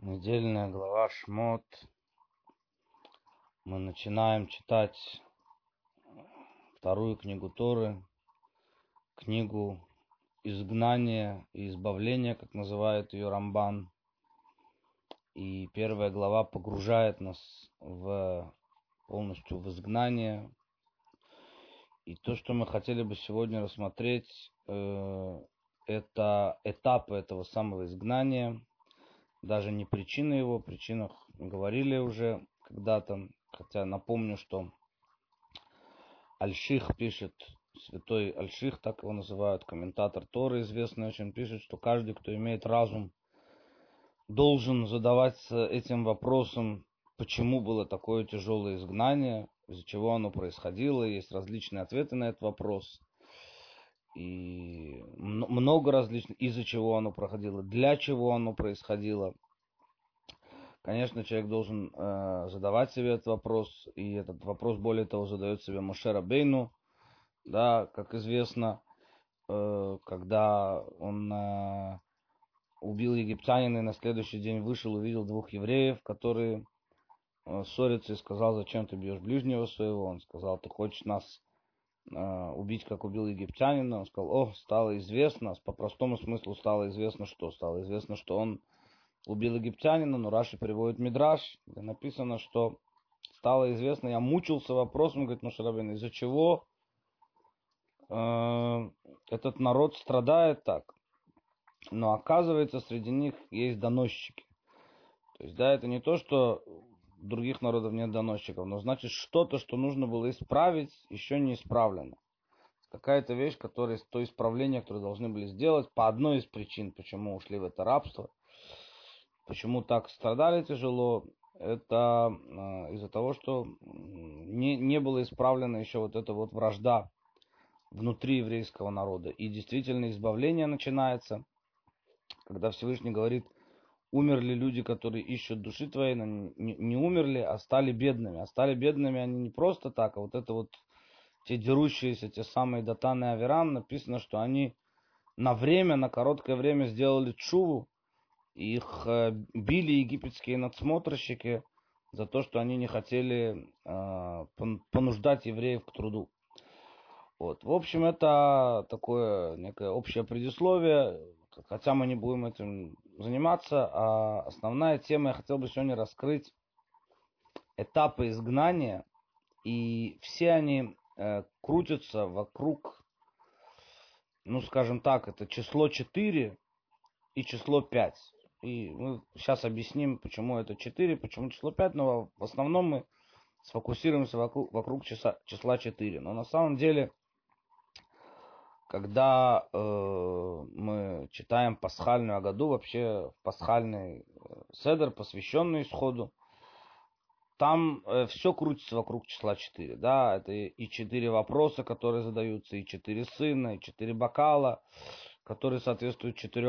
Недельная глава Шмот. Мы начинаем читать вторую книгу Торы, книгу изгнания и избавления, как называет ее Рамбан. И первая глава погружает нас полностью в изгнание. И то, что мы хотели бы сегодня рассмотреть, это этапы этого самого изгнания. Даже не причины его, о причинах говорили уже когда-то. Хотя напомню, что Альших пишет, святой Альших, так его называют, комментатор Торы известный очень, пишет, что каждый, кто имеет разум, должен задаваться этим вопросом, почему было такое тяжелое изгнание, из-за чего оно происходило. Есть различные ответы на этот вопрос. И много различных, из-за чего оно проходило, для чего оно происходило. Конечно, человек должен задавать себе этот вопрос, и этот вопрос, более того, задает себе Моше Рабейну, да, как известно, когда он убил египтянина и на следующий день вышел, увидел двух евреев, которые ссорятся, и сказал: зачем ты бьешь ближнего своего? Он сказал: ты хочешь нас убить, как убил египтянина? Он сказал: стало известно, по простому смыслу стало известно, что? Стало известно, что он убил египтянина, но Раши приводит Мидраш, где написано, что стало известно, я мучился вопросом, говорит Моше Рабейну, из-за чего этот народ страдает так. Но оказывается, среди них есть доносчики. То есть, да, это не то, что у других народов нет доносчиков, но значит, что-то, что нужно было исправить, еще не исправлено. Какая-то вещь, то исправление, которое должны были сделать по одной из причин, почему ушли в это рабство. Почему так страдали тяжело? Это из-за того, что не было исправлена еще вот эта вот вражда внутри еврейского народа. И действительно избавление начинается, когда Всевышний говорит: умерли люди, которые ищут души твоей, но не умерли, а стали бедными. А стали бедными они не просто так, а вот это вот те дерущиеся, те самые Датан и Авирам, написано, что они на короткое время сделали тшуву. Их били египетские надсмотрщики за то, что они не хотели понуждать евреев к труду. Вот. В общем, это такое некое общее предисловие, хотя мы не будем этим заниматься. А основная тема, я хотел бы сегодня раскрыть этапы изгнания, и все они крутятся вокруг, ну скажем так, это число 4 и число 5. И мы сейчас объясним, почему это 4, почему число 5, но в основном мы сфокусируемся вокруг числа 4. Но на самом деле, когда мы читаем пасхальную Агаду, вообще пасхальный седер, посвященный исходу, там все крутится вокруг числа 4. Да? Это и 4 вопроса, которые задаются, и 4 сына, и 4 бокала, которые соответствуют 4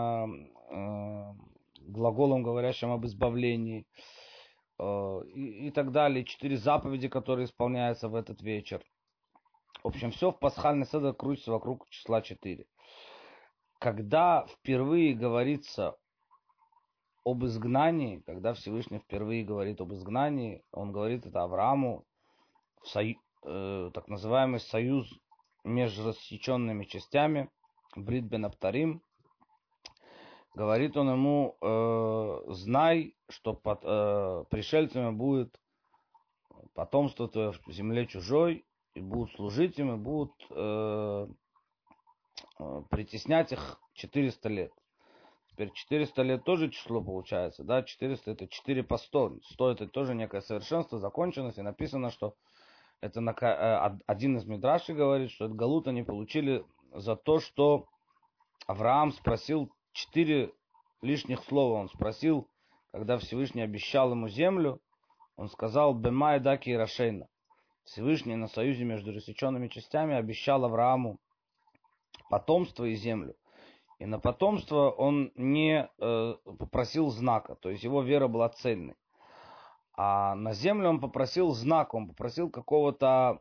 глаголам, говорящим об избавлении, и так далее. 4 заповеди, которые исполняются в этот вечер. В общем, все в пасхальный седер крутится вокруг числа 4. Когда впервые говорится об изгнании, когда Всевышний впервые говорит об изгнании, он говорит это Аврааму, так называемый союз между рассеченными частями, Брит бен Аптарим. Говорит он ему: знай, что пришельцами будет потомство твое в земле чужой, и будут служить им, и будут притеснять их 400 лет. Теперь 400 лет тоже число получается, да, 400 это 4 по 100. 100 это тоже некое совершенство, законченность, и написано, что это один из Мидрашей говорит, что это галут они получили за то, что Авраам спросил 4 лишних слова. Он спросил, когда Всевышний обещал ему землю, он сказал: «Бемай даки и рашейна». Всевышний на союзе между рассеченными частями обещал Аврааму потомство и землю. И на потомство он не попросил знака, то есть его вера была цельной. А на землю он попросил знак, он попросил какого-то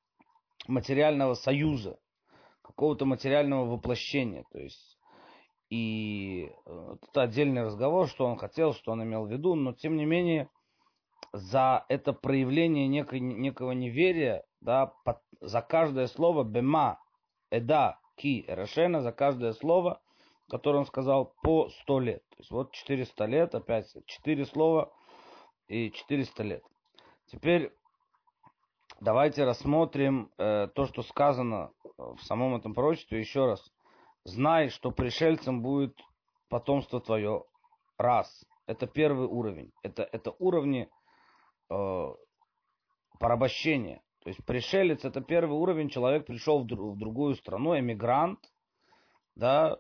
материального союза, какого-то материального воплощения. То есть, И это отдельный разговор, что он хотел, что он имел в виду, но тем не менее за это проявление некого неверия, да, за каждое слово бема, эда, ки, решена, за каждое слово, которое он сказал, по 100 лет. То есть вот 400 лет, опять 4 слова и 400 лет. Теперь давайте рассмотрим то, что сказано в самом этом пророчестве еще раз. Знай, что пришельцем будет потомство твое. Раз. Это первый уровень. Это уровни порабощения. То есть пришелец — это первый уровень. Человек пришел в другую страну, эмигрант, да,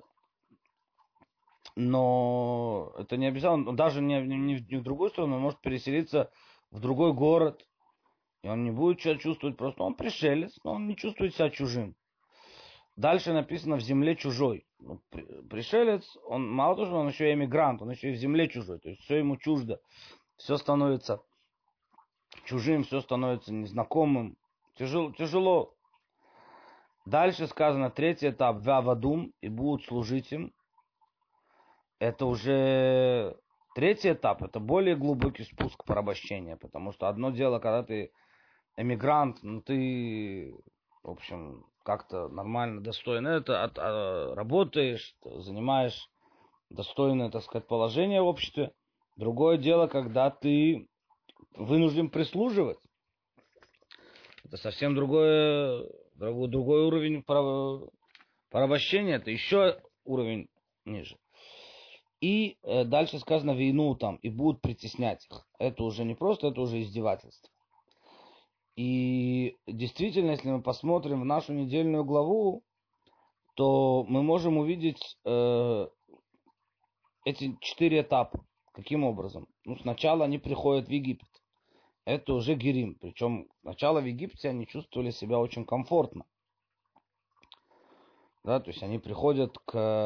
но это не обязательно, даже не в другую страну, он может переселиться в другой город, и он не будет себя чувствовать просто. Он пришелец, но он не чувствует себя чужим. Дальше написано в земле чужой. Ну, пришелец, он мало того, что он еще и эмигрант, он еще и в земле чужой. То есть все ему чуждо. Все становится чужим, все становится незнакомым. Тяжело. Дальше сказано третий этап. Вавадум, и будут служить им. Это уже третий этап. Это более глубокий спуск порабощения. Потому что одно дело, когда ты эмигрант, ну ты, в общем, как-то нормально, достойно это работаешь, занимаешь достойное, так сказать, положение в обществе. Другое дело, когда ты вынужден прислуживать. Это совсем другой уровень порабощения, это еще уровень ниже. И дальше сказано войну там, и будут притеснять их. Это уже не просто, это уже издевательство. И действительно, если мы посмотрим в нашу недельную главу, то мы можем увидеть эти 4 этапа. Каким образом? Ну, сначала они приходят в Египет. Это уже Герим. Причем сначала в Египте они чувствовали себя очень комфортно. Да, то есть они приходят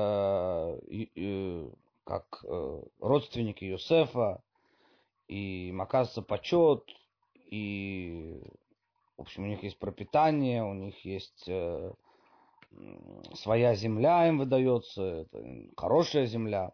как родственники Йосефа, и им оказывается почет, и, в общем, у них есть пропитание, у них есть своя земля им выдается, это хорошая земля.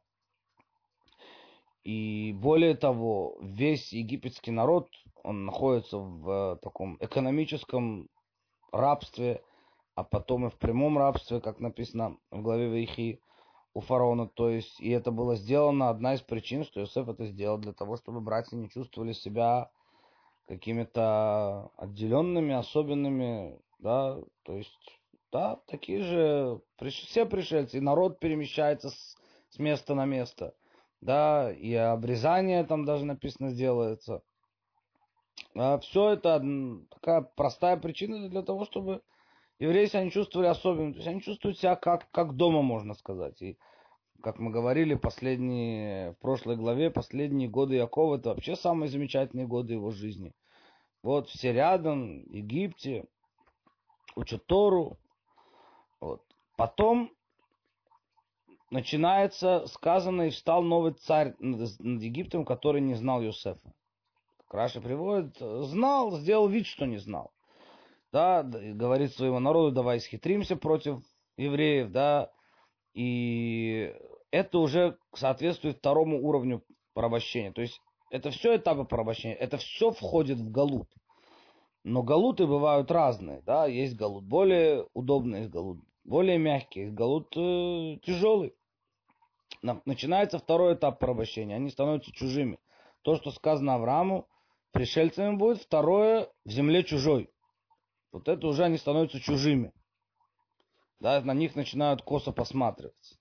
И более того, весь египетский народ, он находится в таком экономическом рабстве, а потом и в прямом рабстве, как написано в главе Ваихи у фараона. То есть, и это было сделано, одна из причин, что Иосиф это сделал для того, чтобы братья не чувствовали себя какими-то отделенными, особенными, да, то есть, да, такие же, все пришельцы, и народ перемещается с места на место, да, и обрезание там даже написано сделается. Да, все это такая простая причина для того, чтобы евреи себя не чувствовали особенными, то есть они чувствуют себя как дома, можно сказать. И как мы говорили в прошлой главе, последние годы Якова — это вообще самые замечательные годы его жизни. Вот все рядом, в Египте, учат Тору. Вот. Потом начинается сказано, и встал новый царь над Египтом, который не знал Йосефа. Как Раши приводит, знал, сделал вид, что не знал. Да, и говорит своему народу: давай схитримся против евреев, да, и это уже соответствует второму уровню порабощения. То есть это все этапы порабощения, это все входит в галут. Но галуты бывают разные, да, есть галут более удобный, есть галут более мягкий, есть галут тяжелый. Начинается второй этап порабощения, они становятся чужими. То, что сказано Аврааму, пришельцами будет, второе в земле чужой. Вот это уже они становятся чужими. Да, на них начинают косо посматривать.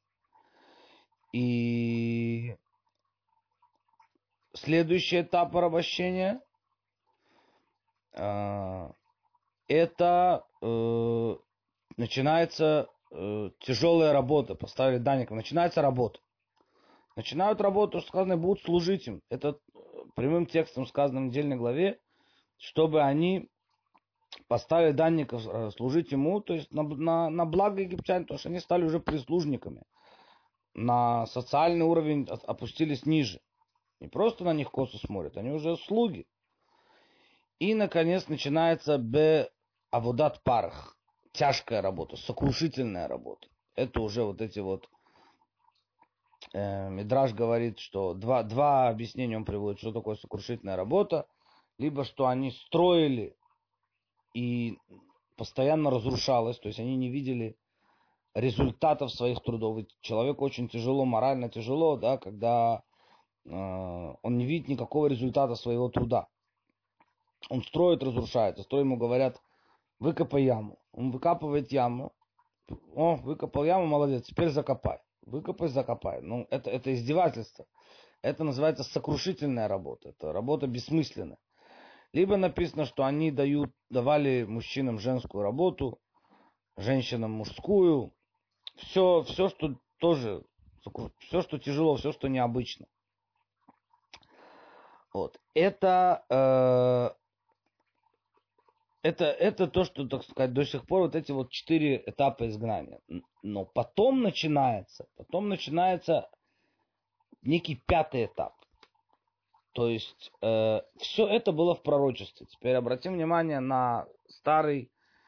И следующий этап порабощения это начинается тяжелая работа. Поставили данников. Начинается работа. Начинают работу, что сказано, будут служить им. Это прямым текстом сказано в недельной главе, чтобы они поставили данников служить ему, то есть на благо египтян, потому что они стали уже прислужниками. На социальный уровень опустились ниже. Не просто на них косо смотрят, они уже слуги. И, наконец, начинается аводат парах. Тяжкая работа, сокрушительная работа. Это уже вот эти вот Мидраш говорит, что два объяснения он приводит, что такое сокрушительная работа. Либо что они строили и постоянно разрушалось, то есть они не видели результатов своих трудов. Ведь человеку очень тяжело, морально тяжело, да, когда он не видит никакого результата своего труда. Он строит, разрушает. А ему говорят, выкопай яму. Он выкапывает яму. О, выкопал яму, молодец, теперь закопай. Выкопай, закопай. Ну, это издевательство. Это называется сокрушительная работа. Это работа бессмысленная. Либо написано, что они давали мужчинам женскую работу, женщинам мужскую. Все, что тоже, все, что тяжело, все, что необычно. Вот. Это то, что, так сказать, до сих пор вот эти вот 4 этапа изгнания. Но потом начинается некий 5-й этап. То есть все это было в пророчестве. Теперь обратим внимание на старый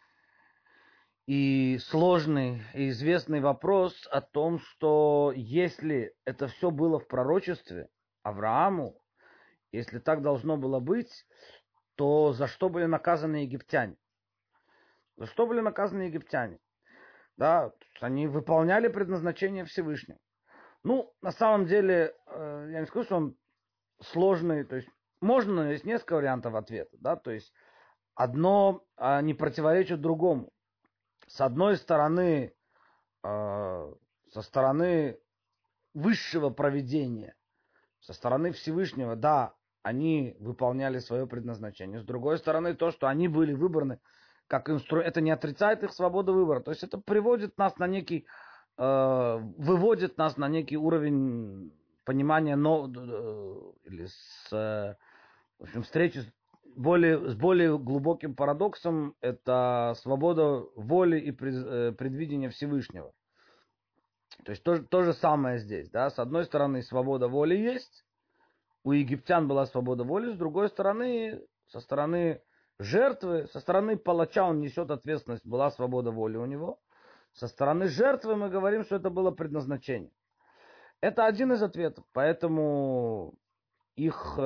и сложный и известный вопрос о том, что если это все было в пророчестве Аврааму, если так должно было быть, то за что были наказаны египтяне? За что были наказаны египтяне? Да, они выполняли предназначение Всевышнего. Ну, на самом деле, я не скажу, что он сложный, то есть можно, есть несколько вариантов ответа, да, то есть одно не противоречит другому. С одной стороны, со стороны высшего провидения, со стороны Всевышнего, да, они выполняли свое предназначение. С другой стороны, то, что они были выбраны как инструмент, это не отрицает их свободу выбора. То есть это приводит нас на некий, выводит нас на некий уровень понимания, или в общем, встречи с более глубоким парадоксом. Это свобода воли и предвидения Всевышнего. То есть то же самое здесь. Да? С одной стороны, свобода воли есть. У египтян была свобода воли. С другой стороны, со стороны жертвы, со стороны палача он несет ответственность. Была свобода воли у него. Со стороны жертвы мы говорим, что это было предназначение. Это один из ответов. Поэтому их...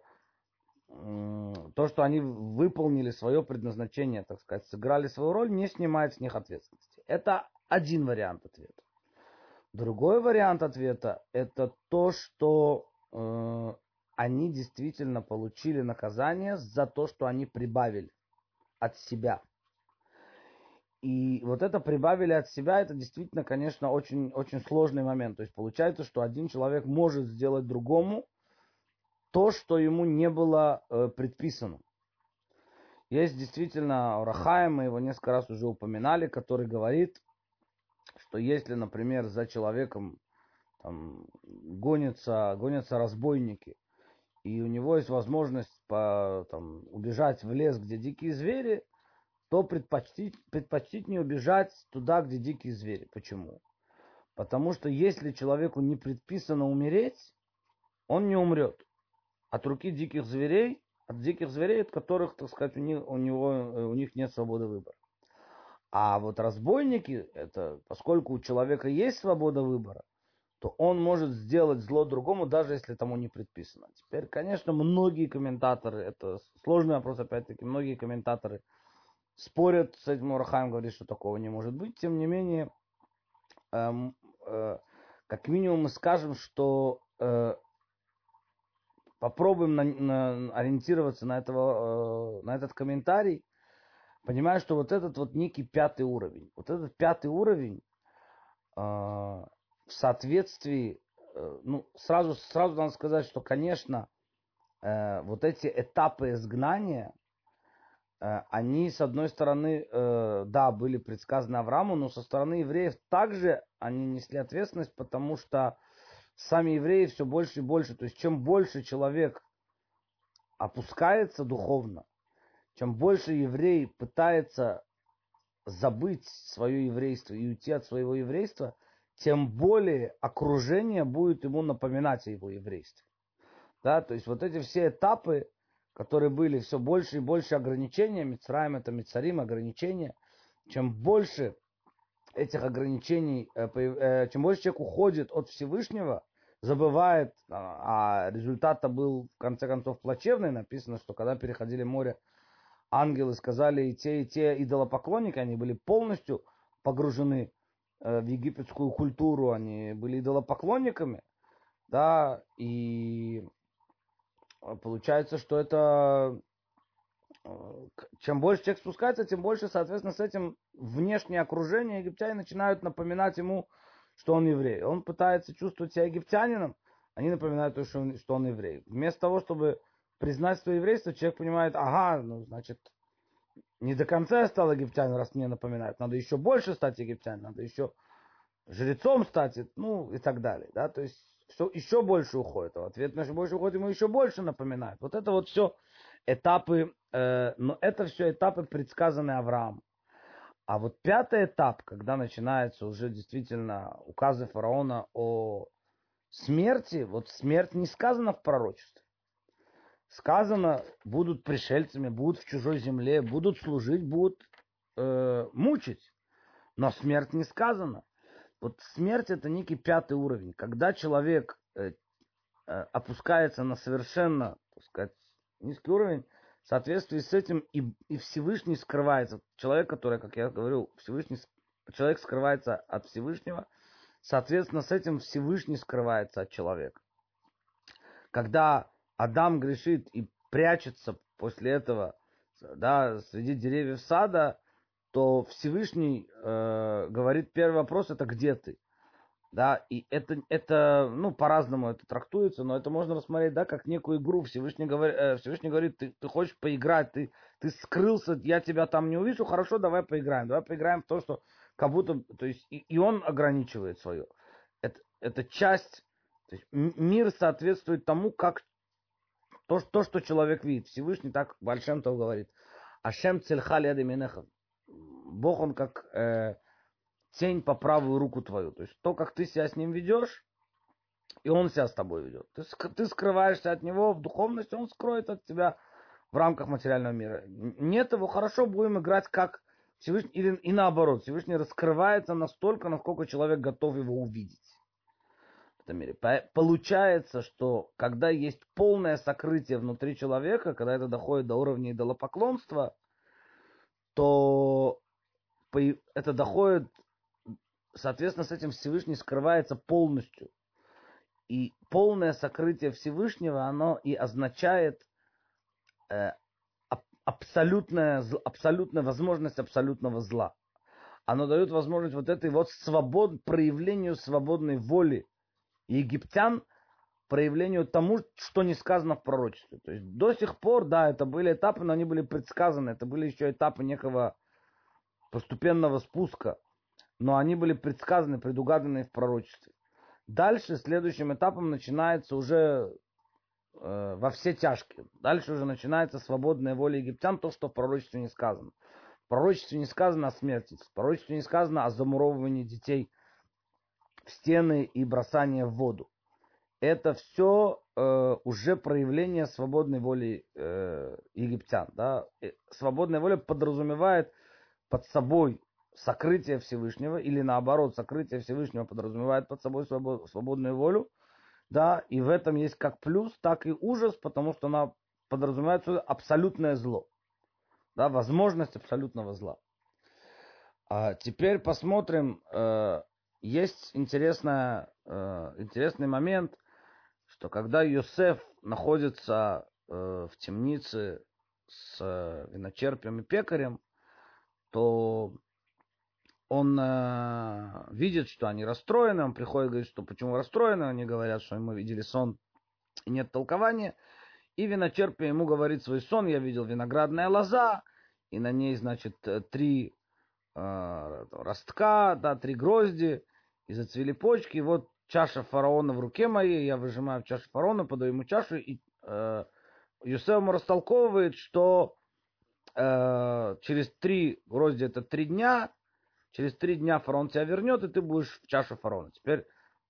то, что они выполнили свое предназначение, так сказать, сыграли свою роль, не снимает с них ответственности. Это один вариант ответа. Другой вариант ответа – это то, что они действительно получили наказание за то, что они прибавили от себя. И вот это прибавили от себя, это действительно, конечно, очень, очень сложный момент. То есть получается, что один человек может сделать другому то, что ему не было предписано. Есть действительно Рахаим, мы его несколько раз уже упоминали, который говорит, что если, например, за человеком там, гонятся разбойники, и у него есть возможность убежать в лес, где дикие звери, то предпочтительнее убежать туда, где дикие звери. Почему? Потому что если человеку не предписано умереть, он не умрет. От руки диких зверей, от которых, так сказать, у них нет свободы выбора. А вот разбойники, поскольку у человека есть свобода выбора, то он может сделать зло другому, даже если тому не предписано. Теперь, конечно, многие комментаторы, это сложный вопрос, опять-таки, многие комментаторы спорят с этим. Рахаим говорит, что такого не может быть. Тем не менее, как минимум мы скажем, что попробуем ориентироваться на этот комментарий, понимая, что вот этот вот некий 5-й уровень. Вот этот 5-й уровень в соответствии, сразу надо сказать, что, конечно, вот эти этапы изгнания, они, с одной стороны, да, были предсказаны Аврааму, но со стороны евреев также они несли ответственность, потому что сами евреи все больше и больше, то есть чем больше человек опускается духовно, чем больше еврей пытается забыть свое еврейство и уйти от своего еврейства, тем более окружение будет ему напоминать о его еврействе. Да, то есть вот эти все этапы, которые были все больше и больше ограничения, Мицраим это Мицарим, ограничения, чем больше этих ограничений, чем больше человек уходит от Всевышнего, забывает, а результат-то был в конце концов плачевный. Написано, что когда переходили море, ангелы сказали, и те идолопоклонники, они были полностью погружены в египетскую культуру, они были идолопоклонниками, да, и получается, что это чем больше человек спускается, тем больше, соответственно, с этим внешнее окружение египтяне начинают напоминать ему, что он еврей. Он пытается чувствовать себя египтянином, они напоминают, что он еврей. Вместо того, чтобы признать свое еврейство, человек понимает, ага, ну, значит, не до конца я стал египтянином, раз мне напоминают. Надо еще больше стать египтянином, надо еще жрецом стать, ну, и так далее. Да? То есть все еще больше уходит. А в ответ на еще больше уходит, ему еще больше напоминают. Вот это вот все этапы, но это все этапы, предсказанные Авраамом. А вот пятый этап, когда начинается уже действительно указы фараона о смерти, вот смерть не сказана в пророчестве. Сказано, будут пришельцами, будут в чужой земле, будут служить, будут мучить. Но смерть не сказана. Вот смерть это некий пятый уровень. Когда человек опускается на совершенно, так сказать, низкий уровень, в соответствии с этим и Всевышний скрывается. Человек, который, как я говорю, человек скрывается от Всевышнего, соответственно, с этим Всевышний скрывается от человека. Когда Адам грешит и прячется после этого, да, среди деревьев сада, то Всевышний говорит, первый вопрос, это где ты? Да, и это ну, по-разному это трактуется, но это можно рассмотреть, да, как некую игру. Всевышний говорит, ты хочешь поиграть, ты скрылся, я тебя там не увижу, хорошо, давай поиграем в то, что как будто, то есть, и он ограничивает свое. Это часть, то есть, мир соответствует тому, как то, что человек видит. Всевышний так Бааль Шем Тов говорит. Ашем цельха леда минеха. Бог, он как тень по правую руку твою. То есть то, как ты себя с ним ведешь, и он себя с тобой ведет. Ты скрываешься от него в духовности, он скроет от тебя в рамках материального мира. Нет его, хорошо, будем играть как Всевышний, или и наоборот. Всевышний раскрывается настолько, насколько человек готов его увидеть. В этом мире. Получается, что когда есть полное сокрытие внутри человека, когда это доходит до уровня идолопоклонства, то это доходит, соответственно, с этим Всевышний скрывается полностью. И полное сокрытие Всевышнего, оно и означает абсолютная возможность абсолютного зла. Оно дает возможность вот этой вот проявлению свободной воли египтян, проявлению тому, что не сказано в пророчестве. То есть до сих пор, да, это были этапы, но они были предсказаны. Это были еще этапы некого постепенного спуска. Но они были предсказаны, предугаданы в пророчестве. Дальше, следующим этапом начинается уже во все тяжкие. Дальше уже начинается свободная воля египтян, то, что в пророчестве не сказано. В пророчестве не сказано о смерти. В пророчестве не сказано о замуровывании детей в стены и бросании в воду. Это все уже проявление свободной воли египтян. Да? Свободная воля подразумевает под собой сокрытие Всевышнего, или наоборот, сокрытие Всевышнего подразумевает под собой свободную волю. Да? И в этом есть как плюс, так и ужас, потому что она подразумевает абсолютное зло. Да? Возможность абсолютного зла. А теперь посмотрим, есть интересный момент, что когда Йосеф находится в темнице с виночерпием и пекарем, то он видит, что они расстроены, он приходит и говорит, что почему расстроены, они говорят, что мы видели сон и нет толкования, и виночерпий ему говорит свой сон, я видел виноградная лоза, и на ней, значит, 3 ростка, да, 3 грозди, и зацвели почки, и вот чаша фараона в руке моей, я выжимаю в чашу фараона, подаю ему чашу, и Йосеф ему растолковывает, что через 3 грозди это 3 дня, через 3 дня фараон тебя вернет, и ты будешь в чашу фараона. Теперь,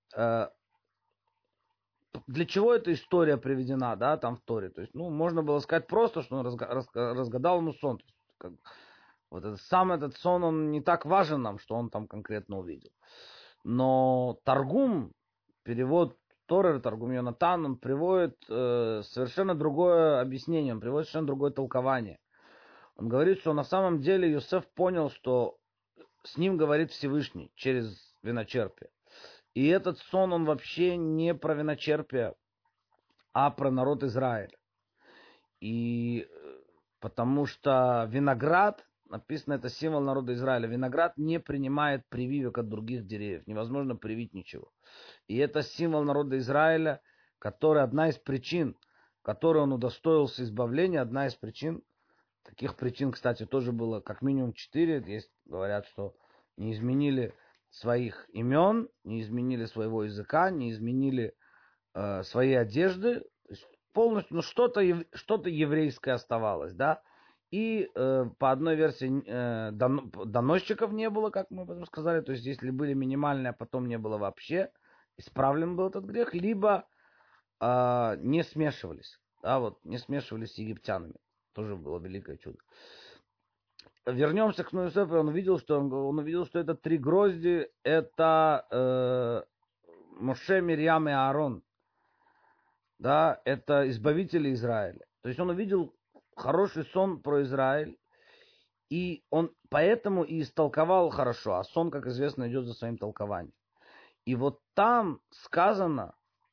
для чего эта история приведена, да, там в Торе? То есть, ну, можно было сказать просто, что он разгадал ему сон. То есть, Вот сам этот сон, он не так важен нам, что он там конкретно увидел. Но Таргум, перевод Торы, Таргум Йонатан, он приводит совершенно другое объяснение, он приводит совершенно другое толкование. Он говорит, что на самом деле Йосеф понял, что с ним говорит Всевышний через виночерпие. И этот сон, он вообще не про виночерпие, а про народ Израиля. И потому что виноград, написано, это символ народа Израиля, виноград не принимает прививок от других деревьев, невозможно привить ничего. И это символ народа Израиля, который одна из причин, которой он удостоился избавления, одна из причин, таких причин, кстати, тоже было как минимум 4, есть, говорят, что не изменили своих имен, не изменили своего языка, не изменили своей одежды, полностью, ну, что-то еврейское оставалось, да, и по одной версии доносчиков не было, как мы потом сказали, то есть если были минимальные, а потом не было вообще, исправлен был этот грех, либо не смешивались, да, вот, не смешивались с египтянами, тоже было великое чудо. Вернемся к Йосефу, он увидел, что это 3 грозди, это Моше, Мирьям и Аарон, да, это избавители Израиля. То есть он увидел хороший сон про Израиль, и он поэтому и истолковал хорошо, а сон, как известно, идет за своим толкованием. И вот там сказано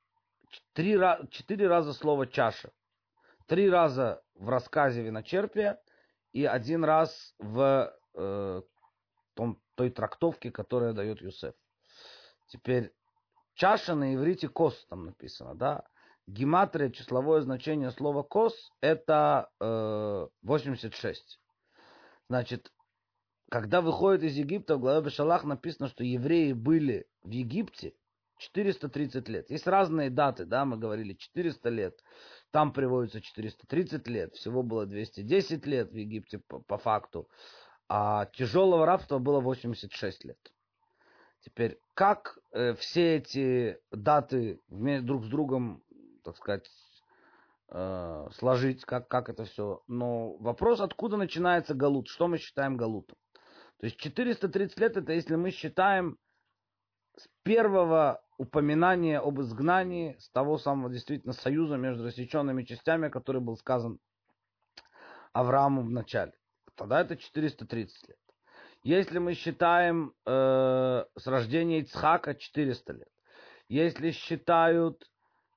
4 раза слово чаша. 3 раза в рассказе виночерпия и 1 раз в той трактовке, которую дает Йосеф. Теперь чаша на иврите кос там написано, да? Гематрия, числовое значение слова кос, это 86. Значит, когда выходит из Египта, в главе Бешалах написано, что евреи были в Египте 430 лет. Есть разные даты, да, мы говорили 400 лет, там приводится 430 лет, всего было 210 лет в Египте по факту, а тяжелого рабства было 86 лет. Теперь, как все эти даты друг с другом, так сказать, сложить, как это все. Но вопрос, откуда начинается галут, что мы считаем галутом. То есть 430 лет, это если мы считаем с первого упоминания об изгнании, с того самого действительно союза между рассеченными частями, который был сказан Аврааму в начале. Тогда это 430 лет. Если мы считаем с рождения Ицхака 400 лет. Если считают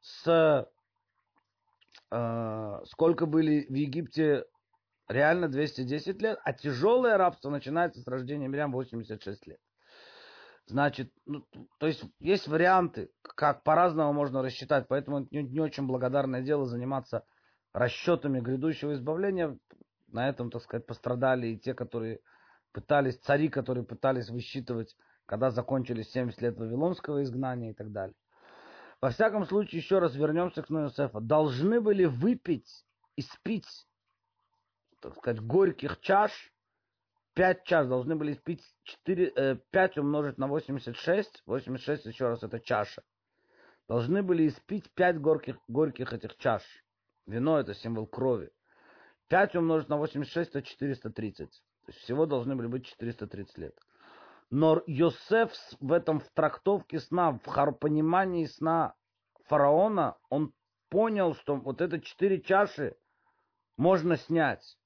сколько были в Египте реально 210 лет, а тяжелое рабство начинается с рождения Мирьям 86 лет. Значит, то есть есть варианты, как по-разному можно рассчитать, поэтому это не очень благодарное дело заниматься расчетами грядущего избавления. На этом, так сказать, пострадали и те, цари, которые пытались высчитывать, когда закончились 70 лет вавилонского изгнания и так далее. Во всяком случае, еще раз вернемся к Йосефу. Должны были выпить и спить, так сказать, горьких чаш, 5 чаш должны были спить, 5 умножить на 86, 86 еще раз это чаша. Должны были испить 5 горьких этих чаш. Вино это символ крови. 5 умножить на 86 это 430. То есть всего должны были быть 430 лет. Но Йосеф в этом в трактовке сна, в понимании сна фараона, он понял, что вот это 4 чаши можно снять.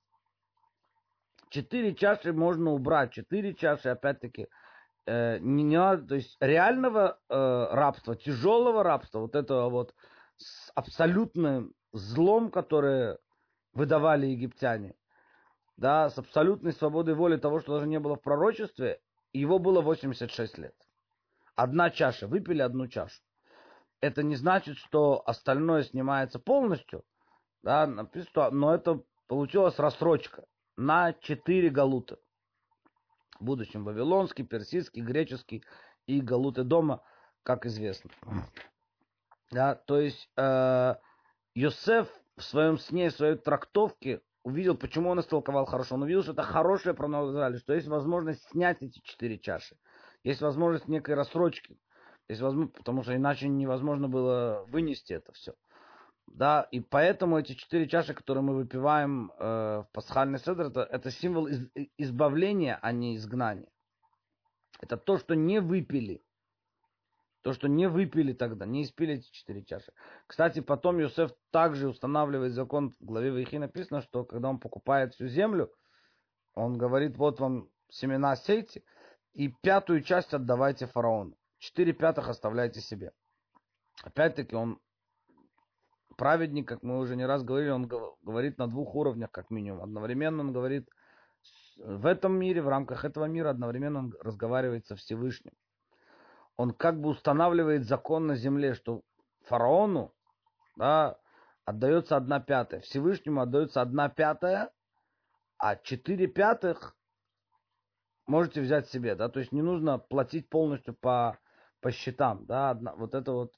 4 чаши можно убрать. 4 чаши, опять-таки, не надо, то есть реального рабства, тяжелого рабства, вот этого вот с абсолютным злом, которое выдавали египтяне, да, с абсолютной свободой воли того, что даже не было в пророчестве, его было 86 лет. 1 чаша, выпили 1 чашу. Это не значит, что остальное снимается полностью, да, но это получилась рассрочка на 4 галута. В будущем вавилонский, персидский, греческий и галуты дома, как известно. Да, то есть Йосеф в своем сне, в своей трактовке увидел, почему он истолковал хорошо. Он увидел, что это хорошее про народ Израиля, что есть возможность снять эти 4 чаши. Есть возможность некой рассрочки. Есть возможность, потому что иначе невозможно было вынести это все. Да, и поэтому эти 4 чаши, которые мы выпиваем в пасхальный седр, это символ избавления, а не изгнания. Это то, что не выпили. То, что не выпили тогда, не испили эти 4 чаши. Кстати, потом Йосеф также устанавливает закон, в главе Ваихи написано, что когда он покупает всю землю, он говорит, вот вам семена сейте, и 5-ю часть отдавайте фараону. 4/5 оставляйте себе. Опять-таки он праведник, как мы уже не раз говорили, он говорит на 2 уровнях, как минимум. Одновременно он говорит в этом мире, в рамках этого мира, одновременно он разговаривает со Всевышним. Он как бы устанавливает закон на земле, что фараону, да, отдается 1/5, Всевышнему отдается 1/5, а 4/5 можете взять себе, да, то есть не нужно платить полностью по счетам, да, вот это вот.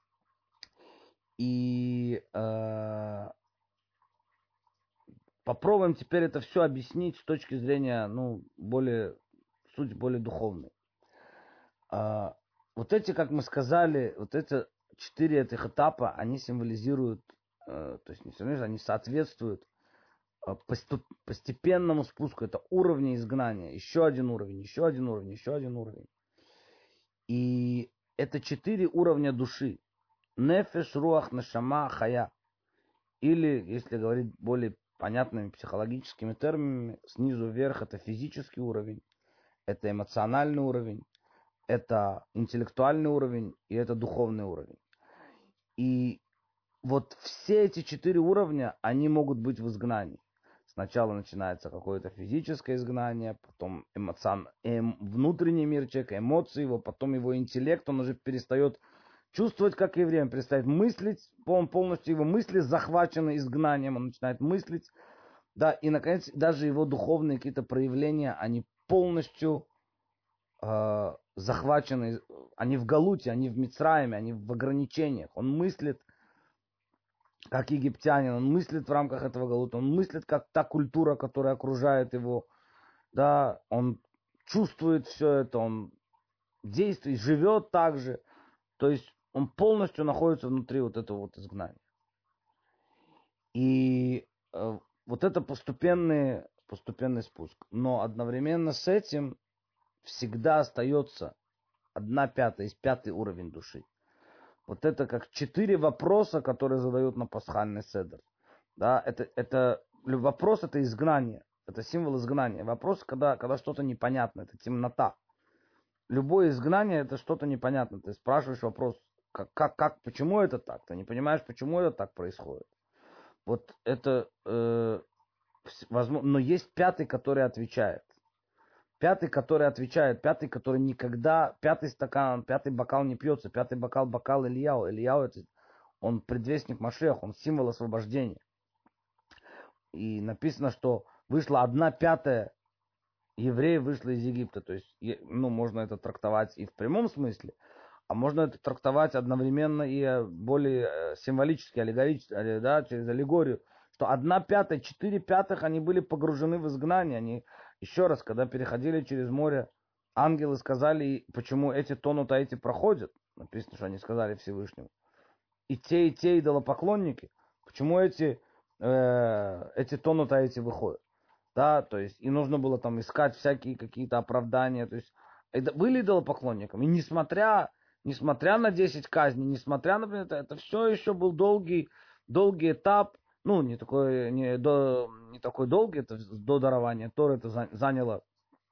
И попробуем теперь это все объяснить с точки зрения, ну, суть более духовной. Вот эти, как мы сказали, вот эти 4 этих этапа, они символизируют, то есть не символизируют, они соответствуют постепенному спуску. Это уровни изгнания. Еще один уровень, еще один уровень, еще один уровень. И это 4 уровня души. Нефеш, руах, нашама, хая. Или, если говорить более понятными психологическими терминами, снизу вверх это физический уровень, это эмоциональный уровень, это интеллектуальный уровень и это духовный уровень. И вот все эти 4 уровня, они могут быть в изгнании. Сначала начинается какое-то физическое изгнание, потом внутренний мир человека, эмоции его, потом его интеллект, он уже перестает чувствовать, как еврей, он перестает мыслить, полностью его мысли захвачены изгнанием, он начинает мыслить, да, и, наконец, даже его духовные какие-то проявления, они полностью захвачены, они в Галуте, они в Мицраиме, они в ограничениях. Он мыслит, как египтянин, он мыслит в рамках этого Галута, он мыслит, как та культура, которая окружает его, да, он чувствует все это, он действует, живет так же, то есть он полностью находится внутри вот этого вот изгнания. И вот это постепенный спуск. Но одновременно с этим всегда остается 1/5, есть 5-й уровень души. Вот это как 4 вопроса, которые задают на пасхальный седер. Да, вопрос это изгнание. Это символ изгнания. Вопрос, когда что-то непонятно, это темнота. Любое изгнание это что-то непонятное. Ты спрашиваешь вопрос, почему это так? Ты не понимаешь, почему это так происходит. Вот это возможно, но есть 5-й, который отвечает. 5-й, который отвечает, 5-й, который никогда, 5-й стакан, 5-й бокал не пьется, 5-й бокал Ильяу. Ильяу это, он предвестник Машеха, он символ освобождения. И написано, что вышла 1/5 евреев вышло из Египта. То есть, ну, можно это трактовать и в прямом смысле, а можно это трактовать одновременно и более символически, аллегорически, да, через аллегорию, что 1/5, 4/5 они были погружены в изгнание. Они, еще раз, когда переходили через море, ангелы сказали, почему эти тонут, а эти проходят. Написано, что они сказали Всевышнему. И те идолопоклонники, почему эти тонут, а эти выходят. Да, то есть, и нужно было там искать всякие какие-то оправдания. То есть, были идолопоклонниками. И несмотря на 10 казней, несмотря на это все еще был долгий этап. Ну, не такой долгий, это до дарования Торы это заняло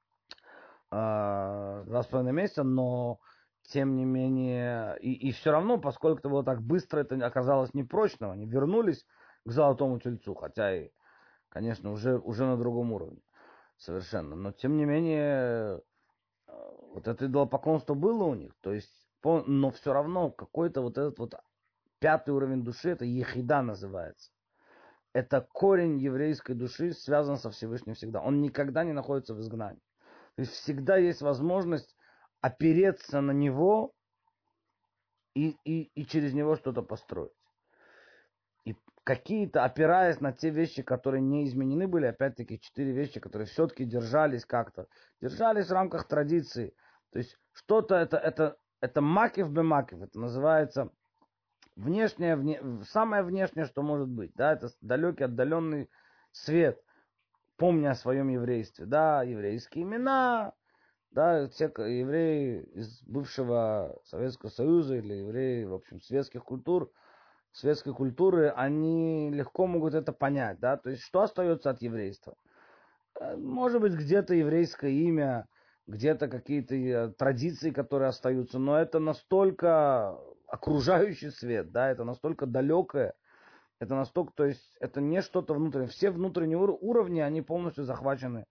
2,5 месяца, но тем не менее, и все равно, поскольку это было так быстро, это оказалось непрочным. Они вернулись к золотому тельцу, хотя и, конечно, уже на другом уровне совершенно. Но тем не менее, вот это идолопоклонство было у них. То есть, но все равно какой-то вот этот вот 5-й уровень души, это ехида называется. Это корень еврейской души, связан со Всевышним всегда. Он никогда не находится в изгнании. То есть всегда есть возможность опереться на него и через него что-то построить. И какие-то, опираясь на те вещи, которые не изменены были, опять-таки 4 вещи, которые все-таки держались как-то, держались в рамках традиции. То есть что-то это макив бе макив, это называется самое внешнее, что может быть, да, это далекий, отдаленный свет, помня о своем еврействе, да, еврейские имена, да, те евреи из бывшего Советского Союза или евреи, в общем, светской культуры, они легко могут это понять, да, то есть что остается от еврейства? Может быть, где-то еврейское имя, где-то какие-то традиции, которые остаются, но это настолько окружающий свет, да, это настолько далекое, это настолько, то есть это не что-то внутреннее. Все внутренние уровни, они полностью захвачены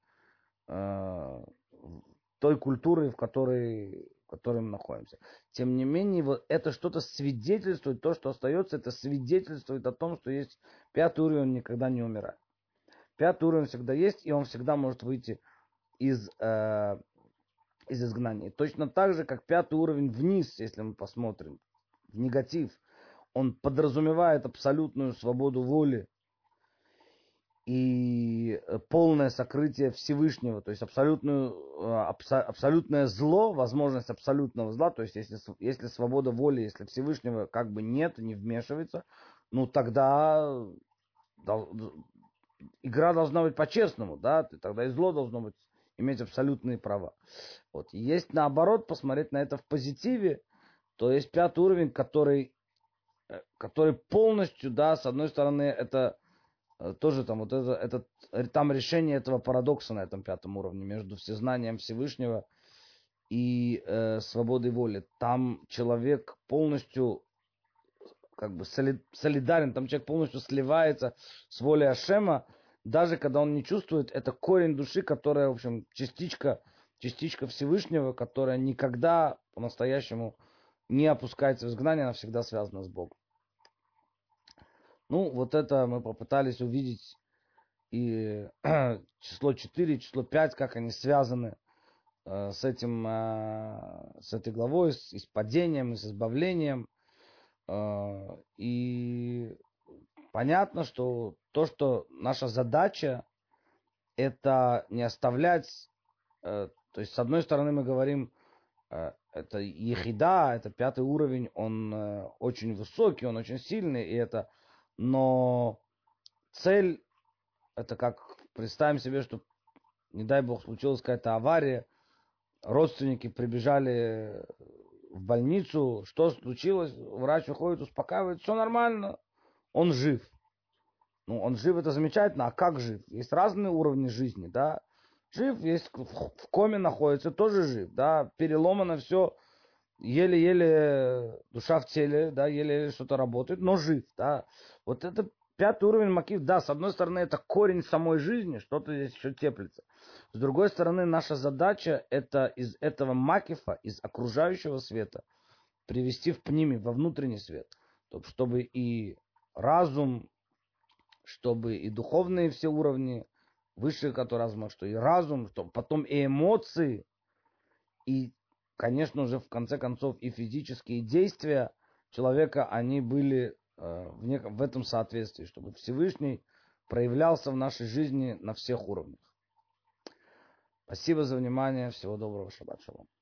той культурой, в которой мы находимся. Тем не менее, вот это что-то свидетельствует, то, что остается, это свидетельствует о том, что есть пятый уровень, он никогда не умирает. Пятый уровень всегда есть, и он всегда может выйти из изгнания. Точно так же, как пятый уровень вниз, если мы посмотрим, в негатив, он подразумевает абсолютную свободу воли и полное сокрытие Всевышнего, то есть абсолютное зло, возможность абсолютного зла, то есть если свобода воли, если Всевышнего как бы нет, не вмешивается, ну тогда игра должна быть по-честному, да, тогда и зло должно быть, иметь абсолютные права. Вот. Есть наоборот, посмотреть на это в позитиве, то есть пятый уровень, который полностью, да, с одной стороны, это тоже там вот там решение этого парадокса на этом пятом уровне между всезнанием Всевышнего и свободой воли. Там человек полностью как бы солидарен, там человек полностью сливается с волей Ашема, даже когда он не чувствует, это корень души, которая, в общем, частичка Всевышнего, которая никогда по-настоящему не опускается в изгнание, она всегда связана с Богом. Ну, вот это мы попытались увидеть и число 4, число 5, как они связаны с этой главой, и с падением, и с избавлением. И понятно, что наша задача это не оставлять, то есть с одной стороны мы говорим, это ехида, это пятый уровень, он очень высокий, он очень сильный, но цель, это как представим себе, что, не дай бог, случилась какая-то авария, родственники прибежали в больницу, что случилось, врач уходит, успокаивает, все нормально, он жив. Ну, он жив, это замечательно, а как жив? Есть разные уровни жизни, да. Жив, есть в коме находится, тоже жив, да. Переломано все, еле-еле душа в теле, да, еле-еле что-то работает, но жив, да. Вот это пятый уровень макиф, да, с одной стороны, это корень самой жизни, что-то здесь еще теплится. С другой стороны, наша задача это из этого макифа, из окружающего света, привести в пними, во внутренний свет, чтобы и разум, чтобы и духовные все уровни, высшие, которые разум, что и разум, что потом и эмоции, и, конечно же, в конце концов, и физические действия человека, они были в этом соответствии, чтобы Всевышний проявлялся в нашей жизни на всех уровнях. Спасибо за внимание. Всего доброго. Шаббат шалом.